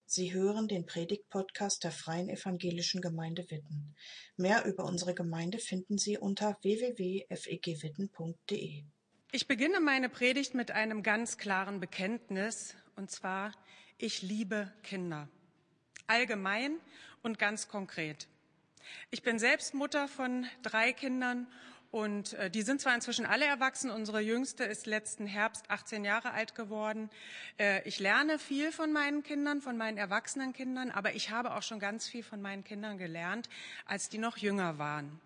Sie hören den Predigt-Podcast der Freien Evangelischen Gemeinde Witten. Mehr über unsere Gemeinde finden Sie unter www.fegwitten.de. Ich beginne meine Predigt mit einem ganz klaren Bekenntnis, und zwar: Ich liebe Kinder. Allgemein und ganz konkret. Ich bin selbst Mutter von 3 Kindern und die sind zwar inzwischen alle erwachsen. Unsere Jüngste ist letzten Herbst 18 Jahre alt geworden. Ich lerne viel von meinen Kindern, von meinen erwachsenen Kindern, aber ich habe auch schon ganz viel von meinen Kindern gelernt, als die noch jünger waren.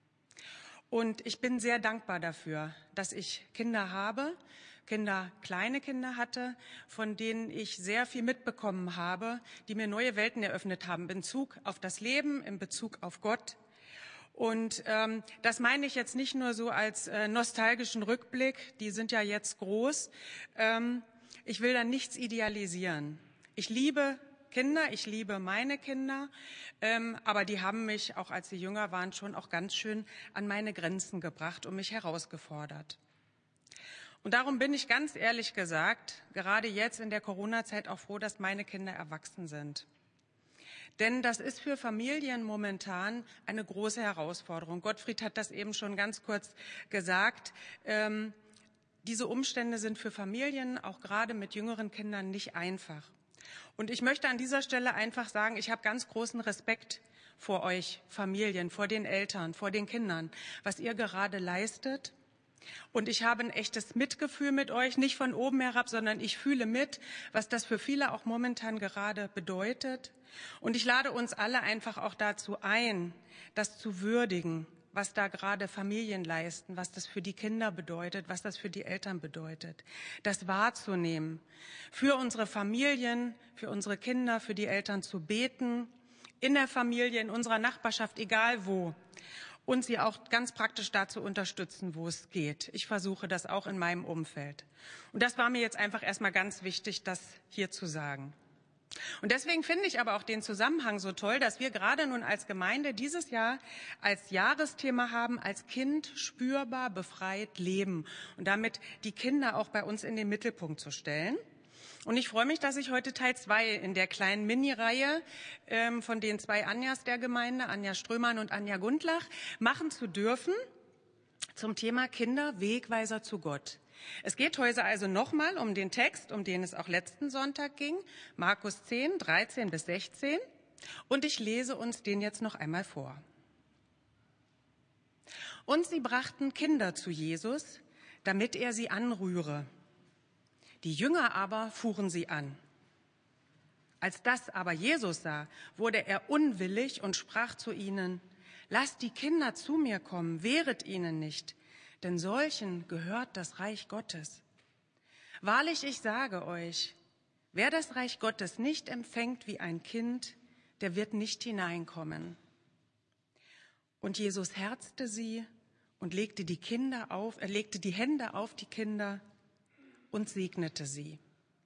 Und ich bin sehr dankbar dafür, dass ich Kinder habe, kleine Kinder hatte, von denen ich sehr viel mitbekommen habe, die mir neue Welten eröffnet haben, in Bezug auf das Leben, in Bezug auf Gott. Und das meine ich jetzt nicht nur so als nostalgischen Rückblick, die sind ja jetzt groß. Ich will da nichts idealisieren. Ich liebe Kinder, ich liebe meine Kinder, aber die haben mich, auch als sie jünger waren, schon auch ganz schön an meine Grenzen gebracht und mich herausgefordert. Und darum bin ich ganz ehrlich gesagt, gerade jetzt in der Corona-Zeit auch froh, dass meine Kinder erwachsen sind. Denn das ist für Familien momentan eine große Herausforderung. Gottfried hat das eben schon ganz kurz gesagt. Diese Umstände sind für Familien, auch gerade mit jüngeren Kindern, nicht einfach. Und ich möchte an dieser Stelle einfach sagen, ich habe ganz großen Respekt vor euch Familien, vor den Eltern, vor den Kindern, was ihr gerade leistet. Und ich habe ein echtes Mitgefühl mit euch, nicht von oben herab, sondern ich fühle mit, was das für viele auch momentan gerade bedeutet. Und ich lade uns alle einfach auch dazu ein, das zu würdigen, was da gerade Familien leisten, was das für die Kinder bedeutet, was das für die Eltern bedeutet. Das wahrzunehmen, für unsere Familien, für unsere Kinder, für die Eltern zu beten, in der Familie, in unserer Nachbarschaft, egal wo. Und sie auch ganz praktisch dazu unterstützen, wo es geht. Ich versuche das auch in meinem Umfeld. Und das war mir jetzt einfach erstmal ganz wichtig, das hier zu sagen. Und deswegen finde ich aber auch den Zusammenhang so toll, dass wir gerade nun als Gemeinde dieses Jahr als Jahresthema haben, als Kind spürbar befreit leben und damit die Kinder auch bei uns in den Mittelpunkt zu stellen. Und ich freue mich, dass ich heute Teil 2 in der kleinen Mini-Reihe von den 2 Anjas der Gemeinde, Anja Strömann und Anja Gundlach, machen zu dürfen zum Thema Kinder, Wegweiser zu Gott. Es geht heute also nochmal um den Text, um den es auch letzten Sonntag ging, Markus 10, 13 bis 16. Und ich lese uns den jetzt noch einmal vor. Und sie brachten Kinder zu Jesus, damit er sie anrühre. Die Jünger aber fuhren sie an. Als das aber Jesus sah, wurde er unwillig und sprach zu ihnen: Lasst die Kinder zu mir kommen, wehret ihnen nicht, denn solchen gehört das Reich Gottes. Wahrlich, ich sage euch, wer das Reich Gottes nicht empfängt wie ein Kind, der wird nicht hineinkommen. Und Jesus herzte sie und legte die Hände auf die Kinder und segnete sie.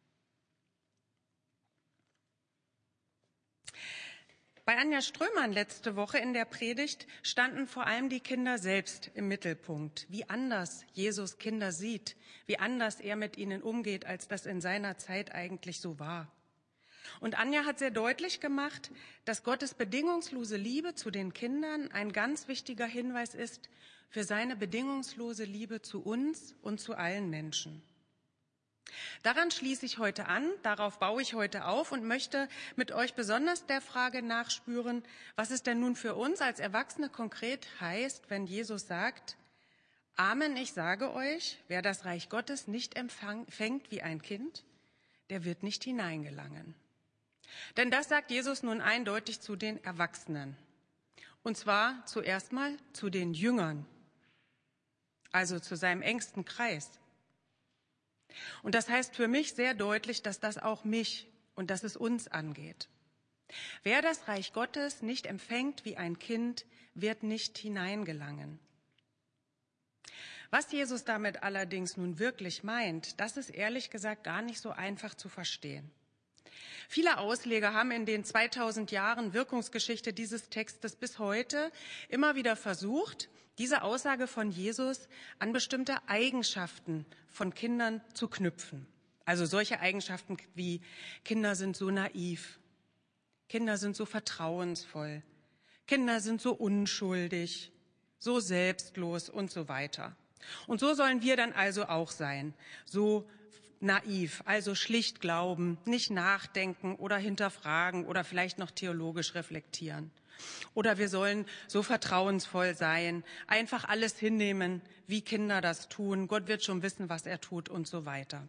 Bei Anja Strömann letzte Woche in der Predigt standen vor allem die Kinder selbst im Mittelpunkt. Wie anders Jesus Kinder sieht, wie anders er mit ihnen umgeht, als das in seiner Zeit eigentlich so war. Und Anja hat sehr deutlich gemacht, dass Gottes bedingungslose Liebe zu den Kindern ein ganz wichtiger Hinweis ist für seine bedingungslose Liebe zu uns und zu allen Menschen. Daran schließe ich heute an, darauf baue ich heute auf und möchte mit euch besonders der Frage nachspüren, was es denn nun für uns als Erwachsene konkret heißt, wenn Jesus sagt: Amen, ich sage euch, wer das Reich Gottes nicht empfängt wie ein Kind, der wird nicht hineingelangen. Denn das sagt Jesus nun eindeutig zu den Erwachsenen. Und zwar zuerst mal zu den Jüngern, also zu seinem engsten Kreis. Und das heißt für mich sehr deutlich, dass das auch mich und dass es uns angeht. Wer das Reich Gottes nicht empfängt wie ein Kind, wird nicht hineingelangen. Was Jesus damit allerdings nun wirklich meint, das ist ehrlich gesagt gar nicht so einfach zu verstehen. Viele Ausleger haben in den 2000 Jahren Wirkungsgeschichte dieses Textes bis heute immer wieder versucht, diese Aussage von Jesus an bestimmte Eigenschaften von Kindern zu knüpfen. Also solche Eigenschaften wie Kinder sind so naiv, Kinder sind so vertrauensvoll. Kinder sind so unschuldig, so selbstlos und so weiter. Und so sollen wir dann also auch sein, so naiv, also schlicht glauben, nicht nachdenken oder hinterfragen oder vielleicht noch theologisch reflektieren. Oder wir sollen so vertrauensvoll sein, einfach alles hinnehmen, wie Kinder das tun. Gott wird schon wissen, was er tut und so weiter.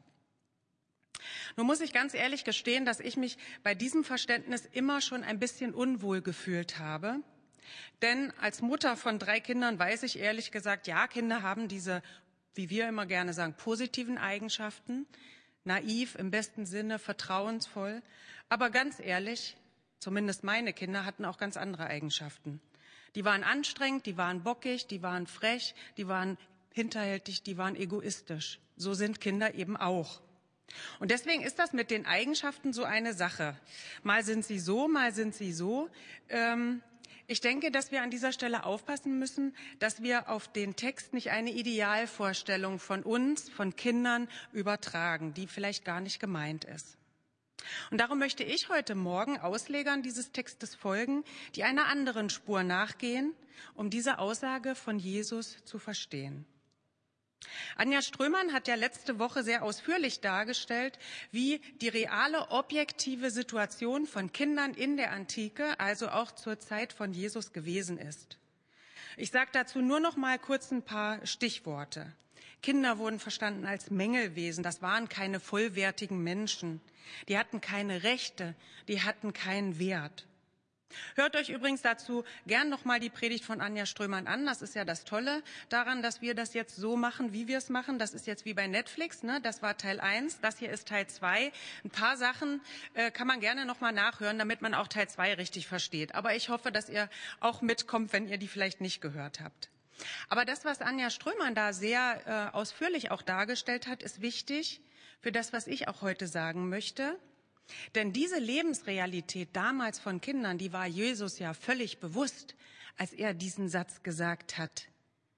Nun muss ich ganz ehrlich gestehen, dass ich mich bei diesem Verständnis immer schon ein bisschen unwohl gefühlt habe. Denn als Mutter von 3 Kindern weiß ich ehrlich gesagt, ja, Kinder haben diese, wie wir immer gerne sagen, positiven Eigenschaften. Naiv, im besten Sinne, vertrauensvoll. Aber ganz ehrlich, zumindest meine Kinder hatten auch ganz andere Eigenschaften. Die waren anstrengend, die waren bockig, die waren frech, die waren hinterhältig, die waren egoistisch. So sind Kinder eben auch. Und deswegen ist das mit den Eigenschaften so eine Sache. Mal sind sie so, mal sind sie so. Ich denke, dass wir an dieser Stelle aufpassen müssen, dass wir auf den Text nicht eine Idealvorstellung von uns, von Kindern übertragen, die vielleicht gar nicht gemeint ist. Und darum möchte ich heute Morgen Auslegern dieses Textes folgen, die einer anderen Spur nachgehen, um diese Aussage von Jesus zu verstehen. Anja Strömann hat ja letzte Woche sehr ausführlich dargestellt, wie die reale, objektive Situation von Kindern in der Antike, also auch zur Zeit von Jesus gewesen ist. Ich sage dazu nur noch mal kurz ein paar Stichworte. Kinder wurden verstanden als Mängelwesen, das waren keine vollwertigen Menschen. Die hatten keine Rechte, die hatten keinen Wert. Hört euch übrigens dazu gern nochmal die Predigt von Anja Strömann an. Das ist ja das Tolle daran, dass wir das jetzt so machen, wie wir es machen. Das ist jetzt wie bei Netflix, ne? Das war Teil 1, das hier ist Teil 2. Ein paar Sachen kann man gerne nochmal nachhören, damit man auch Teil 2 richtig versteht. Aber ich hoffe, dass ihr auch mitkommt, wenn ihr die vielleicht nicht gehört habt. Aber das, was Anja Strömann da sehr ausführlich auch dargestellt hat, ist wichtig für das, was ich auch heute sagen möchte. Denn diese Lebensrealität damals von Kindern, die war Jesus ja völlig bewusst, als er diesen Satz gesagt hat.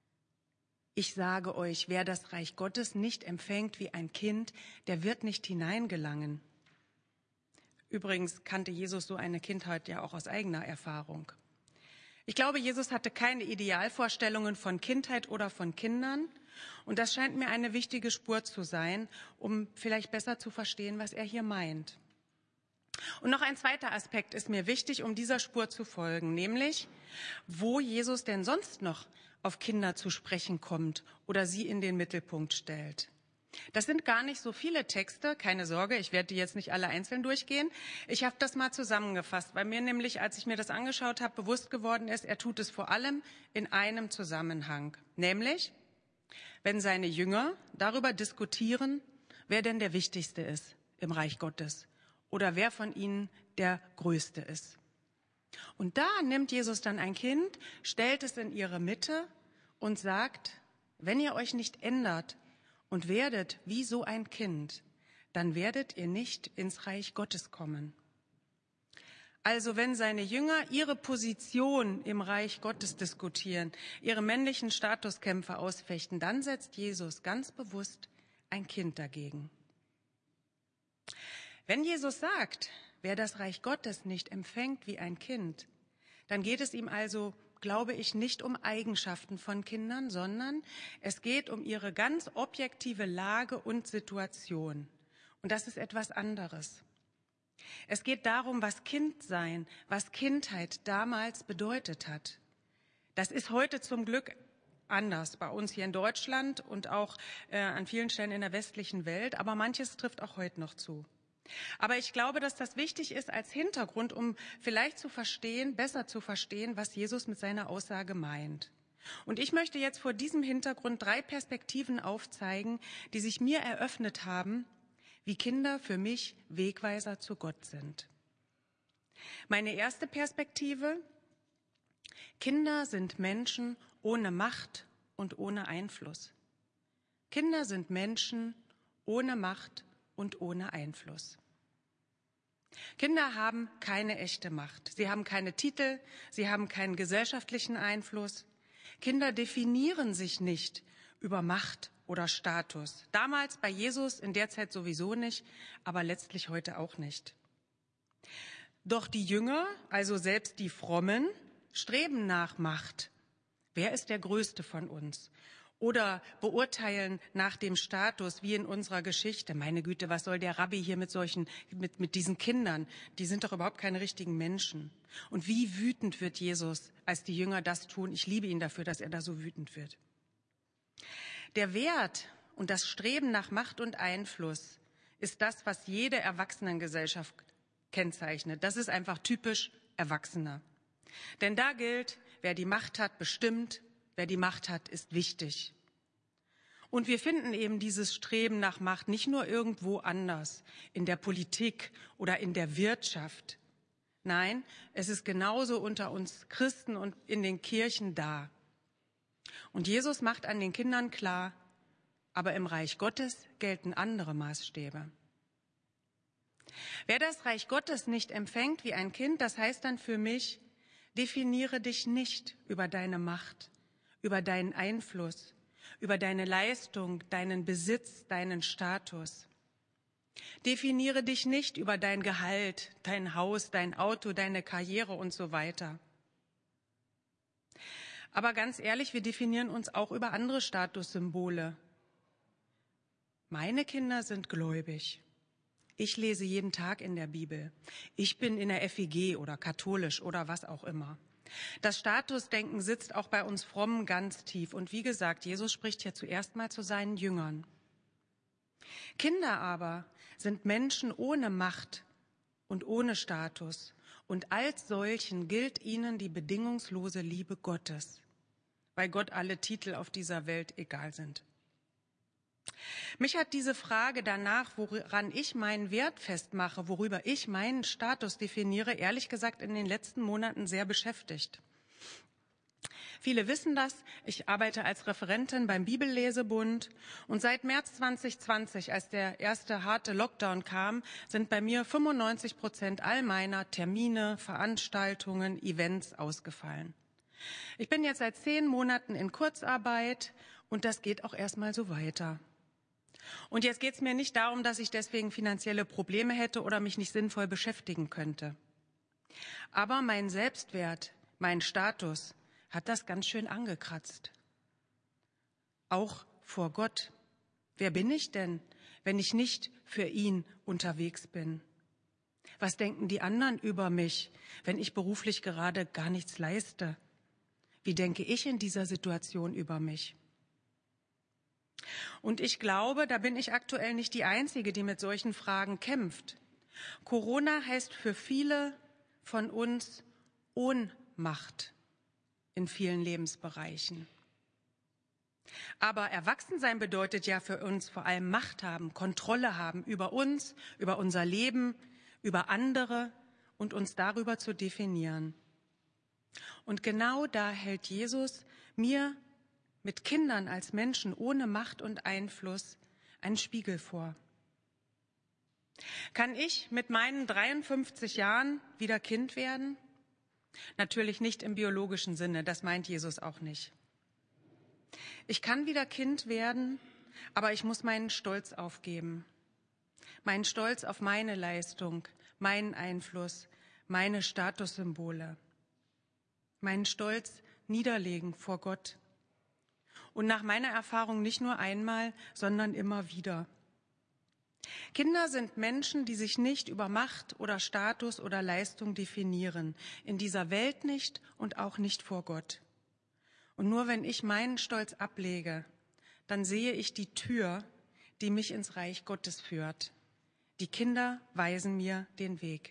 Ich sage euch, wer das Reich Gottes nicht empfängt wie ein Kind, der wird nicht hineingelangen. Übrigens kannte Jesus so eine Kindheit ja auch aus eigener Erfahrung. Ich glaube, Jesus hatte keine Idealvorstellungen von Kindheit oder von Kindern. Und das scheint mir eine wichtige Spur zu sein, um vielleicht besser zu verstehen, was er hier meint. Und noch ein zweiter Aspekt ist mir wichtig, um dieser Spur zu folgen, nämlich, wo Jesus denn sonst noch auf Kinder zu sprechen kommt oder sie in den Mittelpunkt stellt. Das sind gar nicht so viele Texte, keine Sorge, ich werde die jetzt nicht alle einzeln durchgehen. Ich habe das mal zusammengefasst, weil mir nämlich, als ich mir das angeschaut habe, bewusst geworden ist, er tut es vor allem in einem Zusammenhang, nämlich, wenn seine Jünger darüber diskutieren, wer denn der Wichtigste ist im Reich Gottes. Oder wer von ihnen der Größte ist. Und da nimmt Jesus dann ein Kind, stellt es in ihre Mitte und sagt, wenn ihr euch nicht ändert und werdet wie so ein Kind, dann werdet ihr nicht ins Reich Gottes kommen. Also wenn seine Jünger ihre Position im Reich Gottes diskutieren, ihre männlichen Statuskämpfe ausfechten, dann setzt Jesus ganz bewusst ein Kind dagegen. Wenn Jesus sagt, wer das Reich Gottes nicht empfängt wie ein Kind, dann geht es ihm also, glaube ich, nicht um Eigenschaften von Kindern, sondern es geht um ihre ganz objektive Lage und Situation. Und das ist etwas anderes. Es geht darum, was Kindsein, was Kindheit damals bedeutet hat. Das ist heute zum Glück anders bei uns hier in Deutschland und auch an vielen Stellen in der westlichen Welt, aber manches trifft auch heute noch zu. Aber ich glaube, dass das wichtig ist als Hintergrund, um vielleicht zu verstehen, besser zu verstehen, was Jesus mit seiner Aussage meint. Und ich möchte jetzt vor diesem Hintergrund 3 Perspektiven aufzeigen, die sich mir eröffnet haben, wie Kinder für mich Wegweiser zu Gott sind. Meine erste Perspektive: Kinder sind Menschen ohne Macht und ohne Einfluss. Kinder sind Menschen ohne Macht und ohne Einfluss. Kinder haben keine echte Macht. Sie haben keine Titel, sie haben keinen gesellschaftlichen Einfluss. Kinder definieren sich nicht über Macht oder Status. Damals bei Jesus, in der Zeit sowieso nicht, aber letztlich heute auch nicht. Doch die Jünger, also selbst die Frommen, streben nach Macht. Wer ist der Größte von uns? Oder beurteilen nach dem Status, wie in unserer Geschichte. Meine Güte, was soll der Rabbi hier mit diesen Kindern? Die sind doch überhaupt keine richtigen Menschen. Und wie wütend wird Jesus, als die Jünger das tun? Ich liebe ihn dafür, dass er da so wütend wird. Der Wert und das Streben nach Macht und Einfluss ist das, was jede Erwachsenengesellschaft kennzeichnet. Das ist einfach typisch Erwachsener. Denn da gilt, wer die Macht hat, bestimmt. Wer die Macht hat, ist wichtig. Und wir finden eben dieses Streben nach Macht nicht nur irgendwo anders, in der Politik oder in der Wirtschaft. Nein, es ist genauso unter uns Christen und in den Kirchen da. Und Jesus macht an den Kindern klar, aber im Reich Gottes gelten andere Maßstäbe. Wer das Reich Gottes nicht empfängt wie ein Kind, das heißt dann für mich, definiere dich nicht über deine Macht, über deinen Einfluss, über deine Leistung, deinen Besitz, deinen Status. Definiere dich nicht über dein Gehalt, dein Haus, dein Auto, deine Karriere und so weiter. Aber ganz ehrlich, wir definieren uns auch über andere Statussymbole. Meine Kinder sind gläubig. Ich lese jeden Tag in der Bibel. Ich bin in der FEG oder katholisch oder was auch immer. Das Statusdenken sitzt auch bei uns Frommen ganz tief. Und wie gesagt, Jesus spricht hier zuerst mal zu seinen Jüngern. Kinder aber sind Menschen ohne Macht und ohne Status. Und als solchen gilt ihnen die bedingungslose Liebe Gottes, weil Gott alle Titel auf dieser Welt egal sind. Mich hat diese Frage danach, woran ich meinen Wert festmache, worüber ich meinen Status definiere, ehrlich gesagt in den letzten Monaten sehr beschäftigt. Viele wissen das, ich arbeite als Referentin beim Bibellesebund und seit März 2020, als der erste harte Lockdown kam, sind bei mir 95% all meiner Termine, Veranstaltungen, Events ausgefallen. Ich bin jetzt seit 10 Monaten in Kurzarbeit und das geht auch erstmal so weiter. Und jetzt geht es mir nicht darum, dass ich deswegen finanzielle Probleme hätte oder mich nicht sinnvoll beschäftigen könnte. Aber mein Selbstwert, mein Status hat das ganz schön angekratzt. Auch vor Gott. Wer bin ich denn, wenn ich nicht für ihn unterwegs bin? Was denken die anderen über mich, wenn ich beruflich gerade gar nichts leiste? Wie denke ich in dieser Situation über mich? Und ich glaube, da bin ich aktuell nicht die Einzige, die mit solchen Fragen kämpft. Corona heißt für viele von uns Ohnmacht in vielen Lebensbereichen. Aber Erwachsensein bedeutet ja für uns vor allem Macht haben, Kontrolle haben über uns, über unser Leben, über andere und uns darüber zu definieren. Und genau da hält Jesus mir mit Kindern als Menschen ohne Macht und Einfluss einen Spiegel vor. Kann ich mit meinen 53 Jahren wieder Kind werden? Natürlich nicht im biologischen Sinne, das meint Jesus auch nicht. Ich kann wieder Kind werden, aber ich muss meinen Stolz aufgeben. Meinen Stolz auf meine Leistung, meinen Einfluss, meine Statussymbole. Meinen Stolz niederlegen vor Gott. Und nach meiner Erfahrung nicht nur einmal, sondern immer wieder. Kinder sind Menschen, die sich nicht über Macht oder Status oder Leistung definieren. In dieser Welt nicht und auch nicht vor Gott. Und nur wenn ich meinen Stolz ablege, dann sehe ich die Tür, die mich ins Reich Gottes führt. Die Kinder weisen mir den Weg.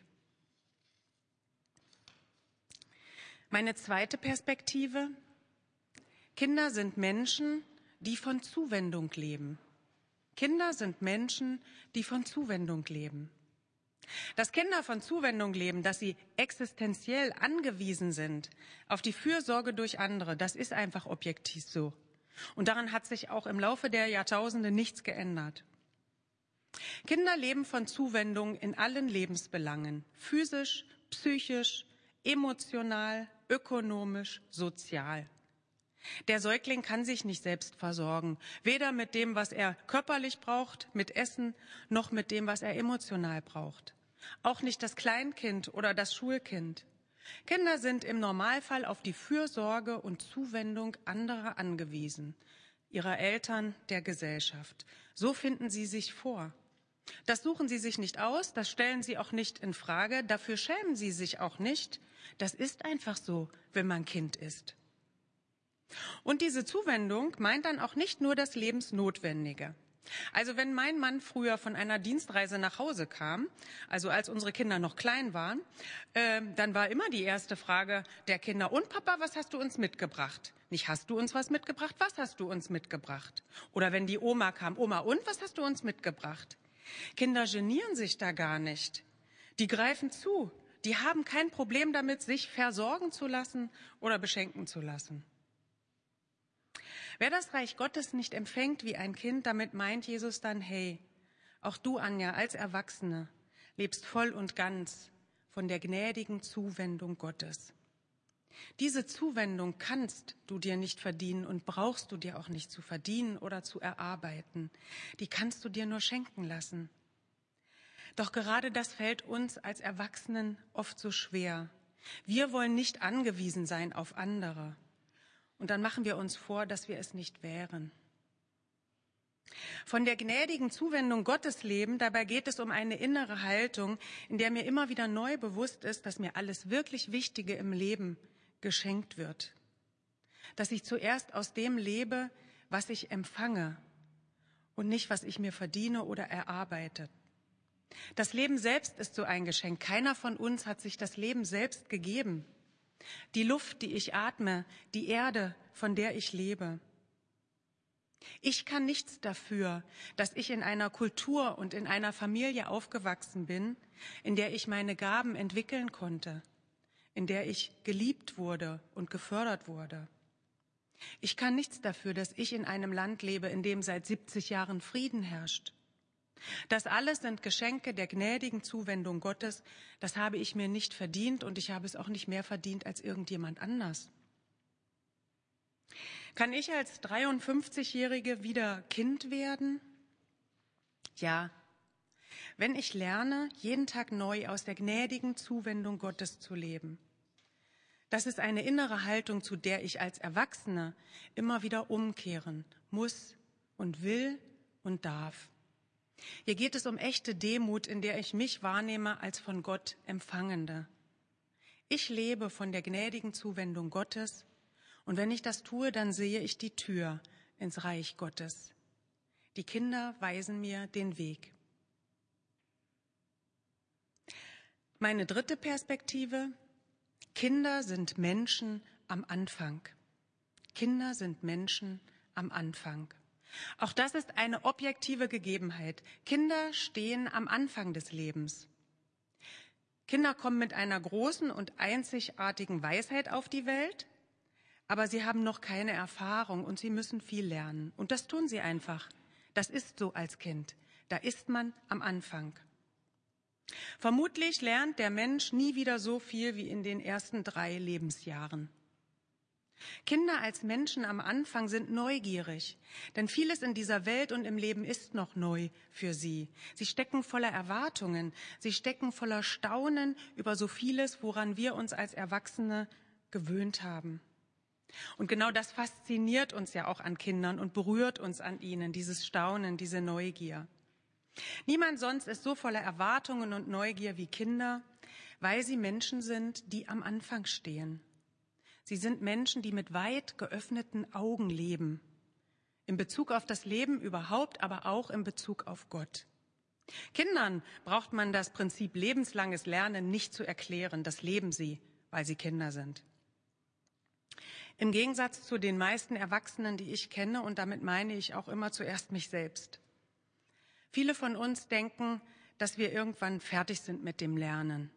Meine zweite Perspektive: Kinder sind Menschen, die von Zuwendung leben. Kinder sind Menschen, die von Zuwendung leben. Dass Kinder von Zuwendung leben, dass sie existenziell angewiesen sind auf die Fürsorge durch andere, das ist einfach objektiv so. Und daran hat sich auch im Laufe der Jahrtausende nichts geändert. Kinder leben von Zuwendung in allen Lebensbelangen, physisch, psychisch, emotional, ökonomisch, sozial. Der Säugling kann sich nicht selbst versorgen, weder mit dem, was er körperlich braucht, mit Essen, noch mit dem, was er emotional braucht. auch nicht das Kleinkind oder das Schulkind. Kinder sind im Normalfall auf die Fürsorge und Zuwendung anderer angewiesen, ihrer Eltern, der Gesellschaft. So finden sie sich vor. Das suchen sie sich nicht aus, das stellen sie auch nicht in Frage, dafür schämen sie sich auch nicht. Das ist einfach so, wenn man Kind ist. Und diese Zuwendung meint dann auch nicht nur das Lebensnotwendige. Also wenn mein Mann früher von einer Dienstreise nach Hause kam, also als unsere Kinder noch klein waren, dann war immer die erste Frage der Kinder: Und Papa, was hast du uns mitgebracht? Nicht, hast du uns was mitgebracht, was hast du uns mitgebracht? Oder wenn die Oma kam: Oma, und was hast du uns mitgebracht? Kinder genieren sich da gar nicht. Die greifen zu. Die haben kein Problem damit, sich versorgen zu lassen oder beschenken zu lassen. Wer das Reich Gottes nicht empfängt wie ein Kind, damit meint Jesus dann: Hey, auch du, Anja, als Erwachsene, lebst voll und ganz von der gnädigen Zuwendung Gottes. Diese Zuwendung kannst du dir nicht verdienen und brauchst du dir auch nicht zu verdienen oder zu erarbeiten. Die kannst du dir nur schenken lassen. Doch gerade das fällt uns als Erwachsenen oft so schwer. Wir wollen nicht angewiesen sein auf andere. Und dann machen wir uns vor, dass wir es nicht wären. Von der gnädigen Zuwendung Gottes leben, dabei geht es um eine innere Haltung, in der mir immer wieder neu bewusst ist, dass mir alles wirklich Wichtige im Leben geschenkt wird. Dass ich zuerst aus dem lebe, was ich empfange und nicht, was ich mir verdiene oder erarbeite. Das Leben selbst ist so ein Geschenk. Keiner von uns hat sich das Leben selbst gegeben. Die Luft, die ich atme, die Erde, von der ich lebe. Ich kann nichts dafür, dass ich in einer Kultur und in einer Familie aufgewachsen bin, in der ich meine Gaben entwickeln konnte, in der ich geliebt wurde und gefördert wurde. Ich kann nichts dafür, dass ich in einem Land lebe, in dem seit 70 Jahren Frieden herrscht. Das alles sind Geschenke der gnädigen Zuwendung Gottes. Das habe ich mir nicht verdient und ich habe es auch nicht mehr verdient als irgendjemand anders. Kann ich als 53-Jährige wieder Kind werden? Ja, wenn ich lerne, jeden Tag neu aus der gnädigen Zuwendung Gottes zu leben. Das ist eine innere Haltung, zu der ich als Erwachsene immer wieder umkehren muss und will und darf. Hier geht es um echte Demut, in der ich mich wahrnehme als von Gott Empfangende. Ich lebe von der gnädigen Zuwendung Gottes und wenn ich das tue, dann sehe ich die Tür ins Reich Gottes. Die Kinder weisen mir den Weg. Meine dritte Perspektive: Kinder sind Menschen am Anfang. Kinder sind Menschen am Anfang. Auch das ist eine objektive Gegebenheit. Kinder stehen am Anfang des Lebens. Kinder kommen mit einer großen und einzigartigen Weisheit auf die Welt, aber sie haben noch keine Erfahrung und sie müssen viel lernen. Und das tun sie einfach. Das ist so als Kind. Da ist man am Anfang. Vermutlich lernt der Mensch nie wieder so viel wie in den ersten 3 Lebensjahren. Kinder als Menschen am Anfang sind neugierig, denn vieles in dieser Welt und im Leben ist noch neu für sie. Sie stecken voller Erwartungen, sie stecken voller Staunen über so vieles, woran wir uns als Erwachsene gewöhnt haben. Und genau das fasziniert uns ja auch an Kindern und berührt uns an ihnen, dieses Staunen, diese Neugier. Niemand sonst ist so voller Erwartungen und Neugier wie Kinder, weil sie Menschen sind, die am Anfang stehen. Sie sind Menschen, die mit weit geöffneten Augen leben. In Bezug auf das Leben überhaupt, aber auch in Bezug auf Gott. Kindern braucht man das Prinzip lebenslanges Lernen nicht zu erklären. Das leben sie, weil sie Kinder sind. Im Gegensatz zu den meisten Erwachsenen, die ich kenne, und damit meine ich auch immer zuerst mich selbst. Viele von uns denken, dass wir irgendwann fertig sind mit dem Lernen.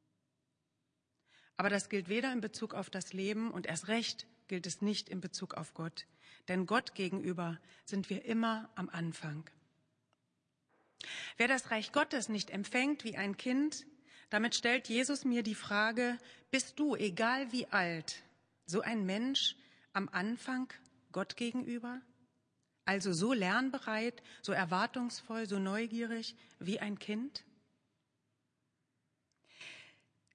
Aber das gilt weder in Bezug auf das Leben und erst recht gilt es nicht in Bezug auf Gott. Denn Gott gegenüber sind wir immer am Anfang. Wer das Reich Gottes nicht empfängt wie ein Kind, damit stellt Jesus mir die Frage: Bist du, egal wie alt, so ein Mensch am Anfang Gott gegenüber? Also so lernbereit, so erwartungsvoll, so neugierig wie ein Kind?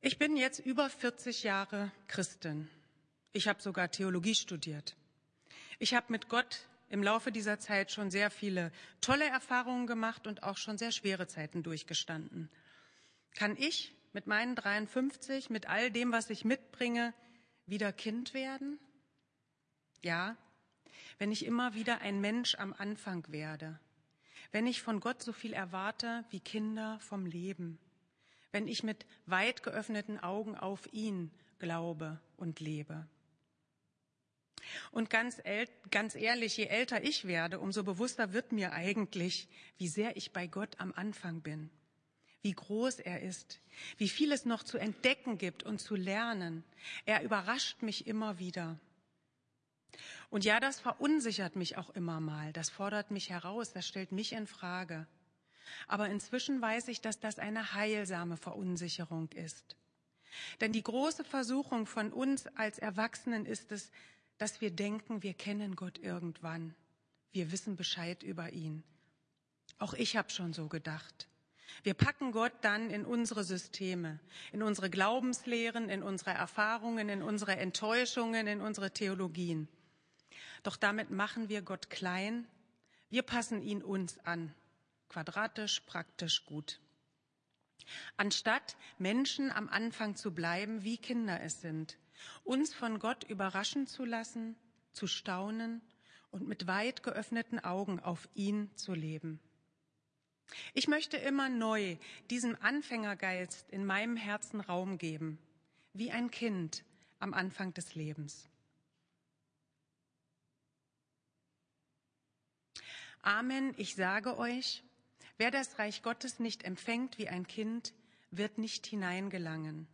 Ich bin jetzt über 40 Jahre Christin. Ich habe sogar Theologie studiert. Ich habe mit Gott im Laufe dieser Zeit schon sehr viele tolle Erfahrungen gemacht und auch schon sehr schwere Zeiten durchgestanden. Kann ich mit meinen 53, mit all dem, was ich mitbringe, wieder Kind werden? Ja, wenn ich immer wieder ein Mensch am Anfang werde, wenn ich von Gott so viel erwarte wie Kinder vom Leben, wenn ich mit weit geöffneten Augen auf ihn glaube und lebe. Und ganz ehrlich, je älter ich werde, umso bewusster wird mir eigentlich, wie sehr ich bei Gott am Anfang bin, wie groß er ist, wie viel es noch zu entdecken gibt und zu lernen. Er überrascht mich immer wieder. Und ja, das verunsichert mich auch immer mal, das fordert mich heraus, das stellt mich in Frage. Aber inzwischen weiß ich, dass das eine heilsame Verunsicherung ist. Denn die große Versuchung von uns als Erwachsenen ist es, dass wir denken, wir kennen Gott irgendwann. Wir wissen Bescheid über ihn. Auch ich habe schon so gedacht. Wir packen Gott dann in unsere Systeme, in unsere Glaubenslehren, in unsere Erfahrungen, in unsere Enttäuschungen, in unsere Theologien. Doch damit machen wir Gott klein. Wir passen ihn uns an. Quadratisch, praktisch, gut. Anstatt Menschen am Anfang zu bleiben, wie Kinder es sind, uns von Gott überraschen zu lassen, zu staunen und mit weit geöffneten Augen auf ihn zu leben. Ich möchte immer neu diesem Anfängergeist in meinem Herzen Raum geben, wie ein Kind am Anfang des Lebens. Amen, ich sage euch, wer das Reich Gottes nicht empfängt wie ein Kind, wird nicht hineingelangen.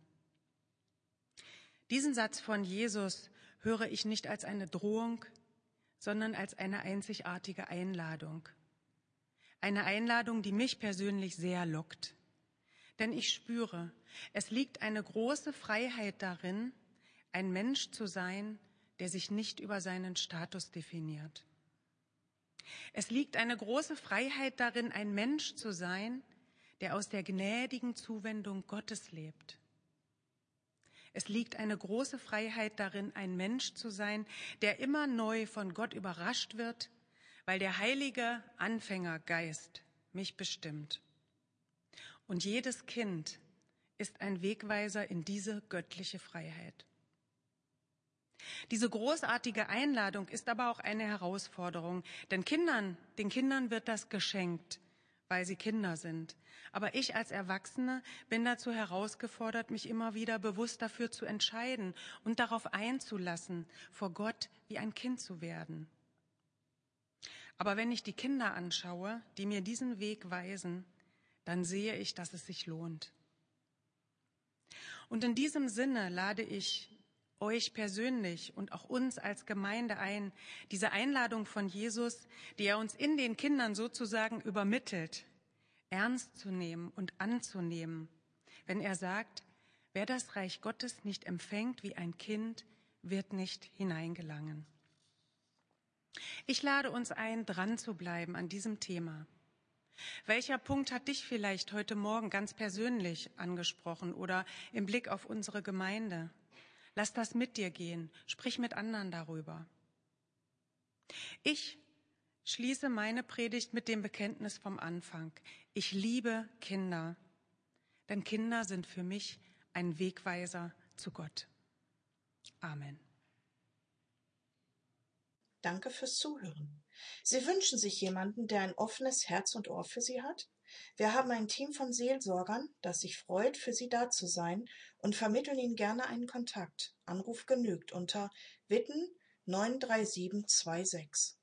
Diesen Satz von Jesus höre ich nicht als eine Drohung, sondern als eine einzigartige Einladung. Eine Einladung, die mich persönlich sehr lockt. Denn ich spüre, es liegt eine große Freiheit darin, ein Mensch zu sein, der sich nicht über seinen Status definiert. Es liegt eine große Freiheit darin, ein Mensch zu sein, der aus der gnädigen Zuwendung Gottes lebt. Es liegt eine große Freiheit darin, ein Mensch zu sein, der immer neu von Gott überrascht wird, weil der heilige Anfängergeist mich bestimmt. Und jedes Kind ist ein Wegweiser in diese göttliche Freiheit. Diese großartige Einladung ist aber auch eine Herausforderung, denn den Kindern wird das geschenkt, weil sie Kinder sind. Aber ich als Erwachsene bin dazu herausgefordert, mich immer wieder bewusst dafür zu entscheiden und darauf einzulassen, vor Gott wie ein Kind zu werden. Aber wenn ich die Kinder anschaue, die mir diesen Weg weisen, dann sehe ich, dass es sich lohnt. Und in diesem Sinne lade ich euch persönlich und auch uns als Gemeinde ein, diese Einladung von Jesus, die er uns in den Kindern sozusagen übermittelt, ernst zu nehmen und anzunehmen, wenn er sagt, wer das Reich Gottes nicht empfängt wie ein Kind, wird nicht hineingelangen. Ich lade uns ein, dran zu bleiben an diesem Thema. Welcher Punkt hat dich vielleicht heute Morgen ganz persönlich angesprochen oder im Blick auf unsere Gemeinde? Lass das mit dir gehen, sprich mit anderen darüber. Ich schließe meine Predigt mit dem Bekenntnis vom Anfang. Ich liebe Kinder, denn Kinder sind für mich ein Wegweiser zu Gott. Amen. Danke fürs Zuhören. Sie wünschen sich jemanden, der ein offenes Herz und Ohr für Sie hat? Wir haben ein Team von Seelsorgern, das sich freut, für Sie da zu sein und vermitteln Ihnen gerne einen Kontakt. Anruf genügt unter Witten 93726.